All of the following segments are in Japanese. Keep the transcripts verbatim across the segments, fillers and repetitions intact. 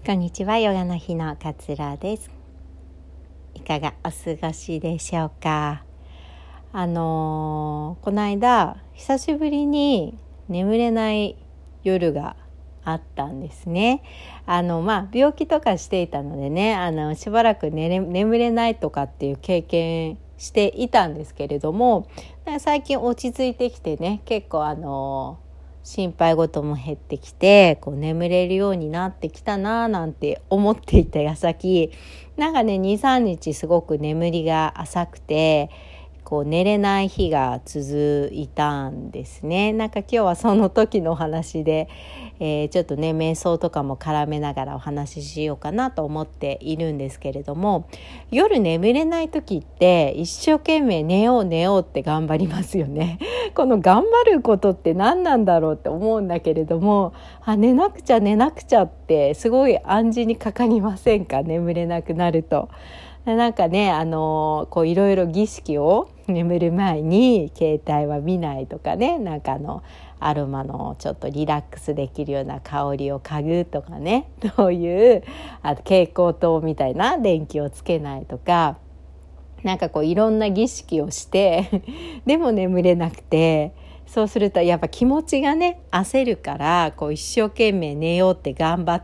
こんにちは、ヨガの日のかつらです。いかがお過ごしでしょうか。あのー、この間久しぶりに眠れない夜があったんですね。あのまあ病気とかしていたのでね、あのしばらく寝れ眠れないとかっていう経験していたんですけれども、最近落ち着いてきてね、結構あのー心配事も減ってきて、こう眠れるようになってきたななんて思っていた矢先、なんかね にさんにちすごく眠りが浅くて、こう寝れない日が続いたんですね。なんか今日はその時のお話で、えー、ちょっとね瞑想とかも絡めながらお話ししようかなと思っているんですけれども、夜眠れない時って一生懸命寝よう寝ようって頑張りますよね。この頑張ることって何なんだろうって思うんだけれども、あ寝なくちゃ寝なくちゃってすごい暗示にかかりませんか？眠れなくなると。なんかね、あのこういろいろ儀式を眠る前に携帯は見ないとかね、なんかあのアロマのちょっとリラックスできるような香りを嗅ぐとかね、そういうあと蛍光灯みたいな電気をつけないとか、なんかこういろんな儀式をしてでも眠れなくて、そうするとやっぱ気持ちがね焦るから、こう一生懸命寝ようって頑張って、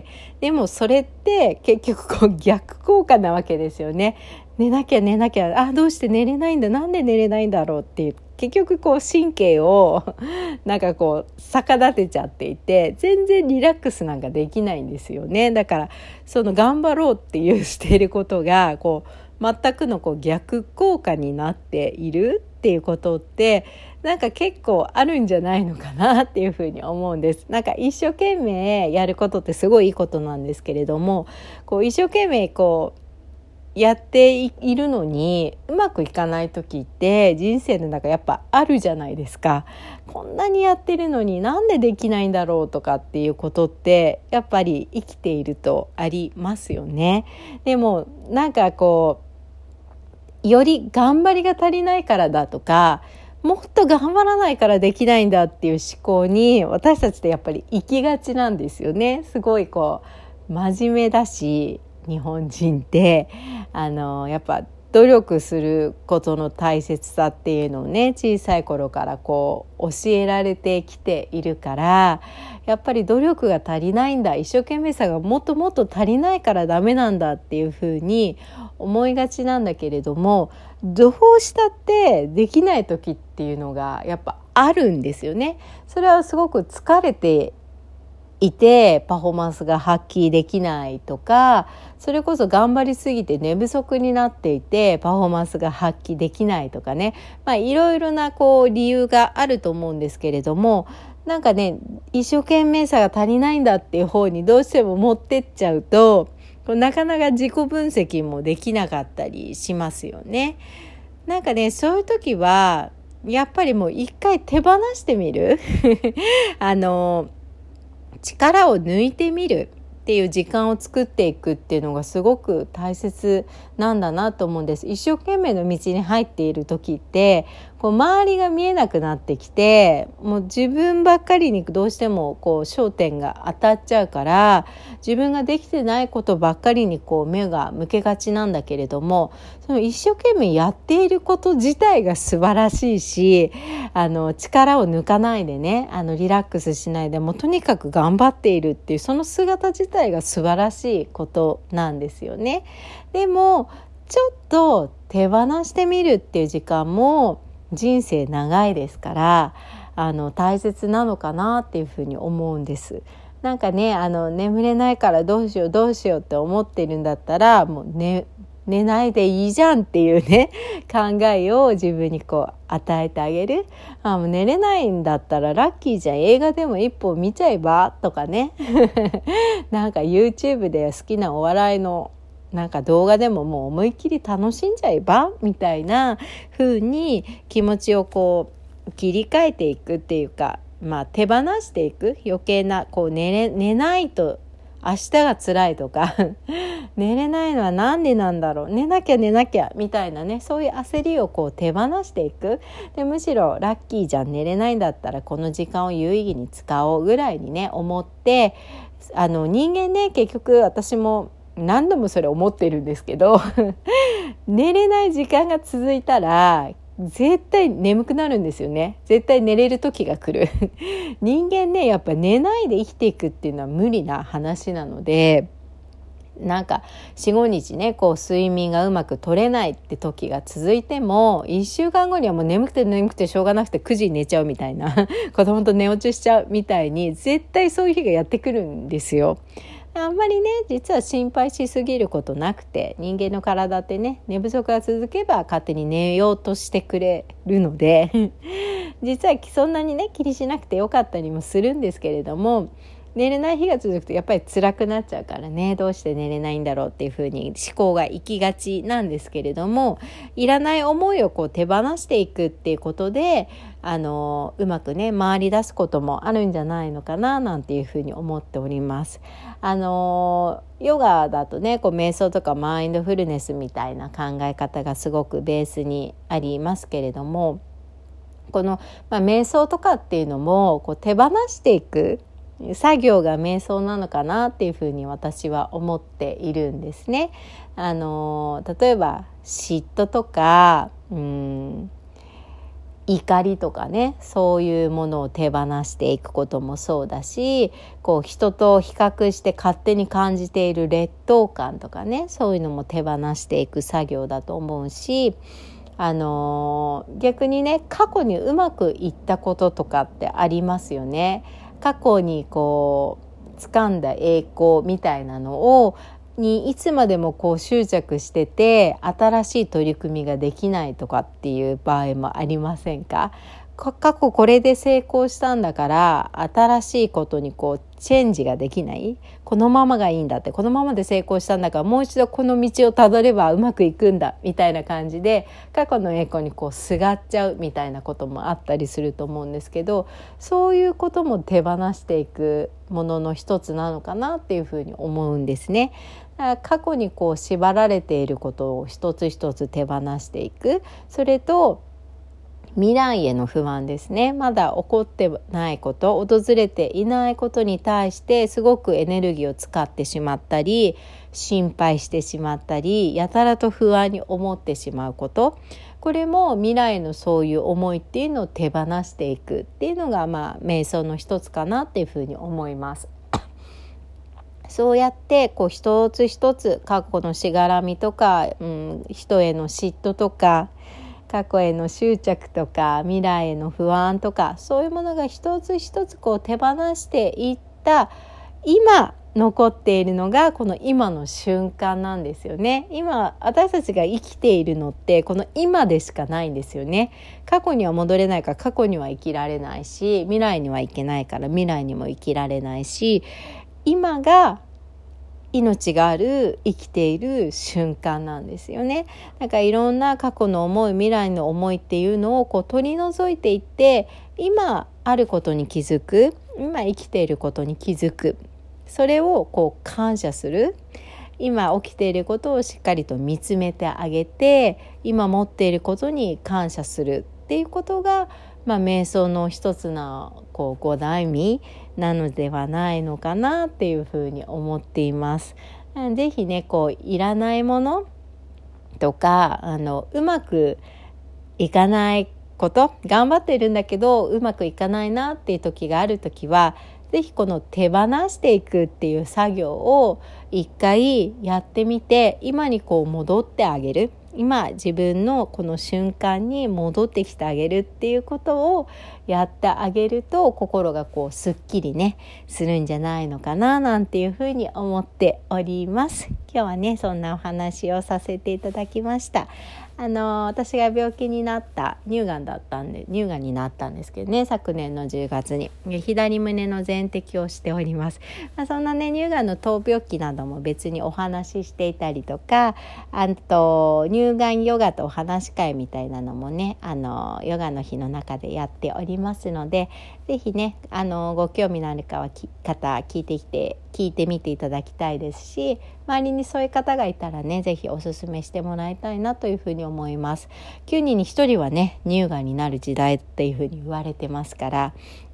でもそれって結局こう逆効果なわけですよね。寝なきゃ寝なきゃ、あどうして寝れないんだ、なんで寝れないんだろうっていう、結局こう神経をなんかこう逆立てちゃっていて、全然リラックスなんかできないんですよね。だからその頑張ろうっていうしていることがこう全くのこう逆効果になっているっていうことってなんか結構あるんじゃないのかなっていうふうに思うんです。なんか一生懸命やることってすごいいいことなんですけれども、こう一生懸命こうやっているのにうまくいかない時って人生の中やっぱあるじゃないですか。こんなにやってるのになんでできないんだろうとかっていうことってやっぱり生きているとありますよね。でもなんかこうより頑張りが足りないからだとか、もっと頑張らないからできないんだっていう思考に私たちってやっぱり行きがちなんですよね。すごいこう真面目だし、日本人ってあのやっぱ努力することの大切さっていうのをね、小さい頃からこう教えられてきているから、やっぱり努力が足りないんだ、一生懸命さがもっともっと足りないからダメなんだっていうふうに思いがちなんだけれども、どうしたってできない時っていうのがやっぱあるんですよね。それはすごく疲れていてパフォーマンスが発揮できないとか、それこそ頑張りすぎて寝不足になっていてパフォーマンスが発揮できないとかね、まあいろいろなこう理由があると思うんですけれども、なんかね一生懸命さが足りないんだっていう方にどうしても持ってっちゃうと、なかなか自己分析もできなかったりしますよね。なんかねそういう時はやっぱりもう一回手放してみるあの力を抜いてみるっていう時間を作っていくっていうのがすごく大切なんだなと思うんです。一生懸命の道に入っている時ってこう周りが見えなくなってきて、もう自分ばっかりにどうしてもこう焦点が当たっちゃうから、自分ができてないことばっかりにこう目が向けがちなんだけれども、その一生懸命やっていること自体が素晴らしいし、あの力を抜かないでね、あのリラックスしないでもうとにかく頑張っているっていうその姿自体が素晴らしいことなんですよね。でもちょっと手放してみるっていう時間も人生長いですから、あの大切なのかなっていうふうに思うんです。なんかね、あの眠れないからどうしようどうしようって思ってるんだったら、もう寝寝ないでいいじゃんっていうね考えを自分にこう与えてあげる。あもう寝れないんだったらラッキーじゃん、映画でも一本見ちゃえばとかねなんか YouTube で好きなお笑いのなんか動画でももう思いっきり楽しんじゃえばみたいな風に気持ちをこう切り替えていくっていうか、まあ手放していく。余計なこう寝れ、寝ないと明日が辛いとか寝れないのはなんでなんだろう、寝なきゃ寝なきゃみたいなね、そういう焦りをこう手放していく。でむしろラッキーじゃん、寝れないんだったらこの時間を有意義に使おうぐらいにね思って、 あの人間ね、結局私も何度もそれ思ってるんですけど寝れない時間が続いたら絶対眠くなるんですよね。絶対寝れる時が来る人間ね、やっぱ寝ないで生きていくっていうのは無理な話なので、なんか よん,ご 日ねこう睡眠がうまく取れないって時が続いても、いっしゅうかんごにはもう眠くて眠くてしょうがなくてくじに寝ちゃうみたいな子供と寝落ちしちゃうみたいに、絶対そういう日がやってくるんですよ。あんまりね実は心配しすぎることなくて、人間の体ってね、寝不足が続けば勝手に寝ようとしてくれるので実はそんなにね気にしなくてよかったりもするんですけれども、寝れない日が続くとやっぱり辛くなっちゃうからね、どうして寝れないんだろうっていう風に思考が行きがちなんですけれども、いらない思いをこう手放していくっていうことで、あのうまくね回り出すこともあるんじゃないのかななんていう風に思っております。あのヨガだとねこう瞑想とかマインドフルネスみたいな考え方がすごくベースにありますけれども、この、まあ、瞑想とかっていうのもこう手放していく作業が瞑想なのかなっていうふうに私は思っているんですね。あの例えば嫉妬とかうん怒りとかね、そういうものを手放していくこともそうだし、こう人と比較して勝手に感じている劣等感とかね、そういうのも手放していく作業だと思うし、あの逆にね過去にうまくいったこととかってありますよね。過去にこう掴んだ栄光みたいなのをにいつまでもこう執着してて、新しい取り組みができないとかっていう場合もありませんか？過去これで成功したんだから新しいことにこうチェンジができない、このままがいいんだって、このままで成功したんだからもう一度この道をたどればうまくいくんだみたいな感じで、過去の栄光にこうすがっちゃうみたいなこともあったりすると思うんですけど、そういうことも手放していくものの一つなのかなっていうふうに思うんですね。過去にこう縛られていることを一つ一つ手放していく、それと未来への不安ですね。まだ起こってないこと、訪れていないことに対してすごくエネルギーを使ってしまったり、心配してしまったり、やたらと不安に思ってしまうこと、これも未来のそういう思いっていうのを手放していくっていうのが、まあ瞑想の一つかなっていうふうに思います。そうやってこう一つ一つ過去のしがらみとか、うん、人への嫉妬とか過去への執着とか未来への不安とか、そういうものが一つ一つこう手放していった今残っているのがこの今の瞬間なんですよね。今私たちが生きているのってこの今でしかないんですよね。過去には戻れないから過去には生きられないし、未来には行けないから未来にも生きられないし、今が命がある生きている瞬間なんですよね。だからいろんな過去の思い、未来の思いっていうのをこう取り除いていって、今あることに気づく、今生きていることに気づく、それをこう感謝する、今起きていることをしっかりと見つめてあげて、今持っていることに感謝するっていうことが、まあ、瞑想の一つのこう五大味なのではないのかなっていうふうに思っています。ぜひねこういらないものとか、あのうまくいかないこと、頑張ってるんだけどうまくいかないなっていう時がある時は、ぜひこの手放していくっていう作業を一回やってみて、今にこう戻ってあげる、今自分のこの瞬間に戻ってきてあげるっていうことをやってあげると、心がこうすっきりねするんじゃないのかななんていうふうに思っております。今日はねそんなお話をさせていただきました。あの私が病気になった乳がんだったんで乳がんになったんですけどね、昨年のじゅうがつに左胸の全摘をしております。まあ、そんなね乳がんの闘病期なども別にお話ししていたりとか、あと乳がんヨガとお話し会みたいなのもね、あのヨガの日の中でやっておりますので、ぜひねあのご興味のある方は聞いてきて聞いてみていただきたいですし、周りにそういう方がいたらねぜひおすすめしてもらいたいなというふうに思います。きゅうにんにひとりはね乳がんになる時代っていうふうに言われてますから、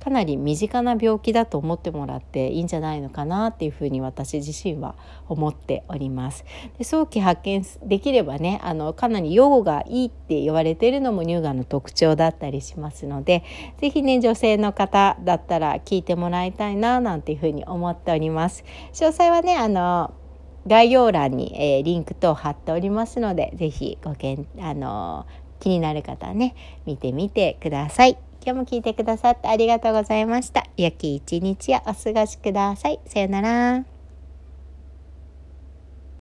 かなり身近な病気だと思ってもらっていいんじゃないのかなっていうふうに私自身は思っております。で早期発見できればね、あのかなり予後がいいって言われているのも乳がんの特徴だったりしますので、ぜひね女性の方だったら聞いてもらいたいななんていうふうに思っております。詳細はねあの概要欄に、えー、リンク等貼っておりますので、ぜひごけんあの気になる方はね見てみてください。今日も聞いてくださってありがとうございました。良き一日をお過ごしください。さよなら。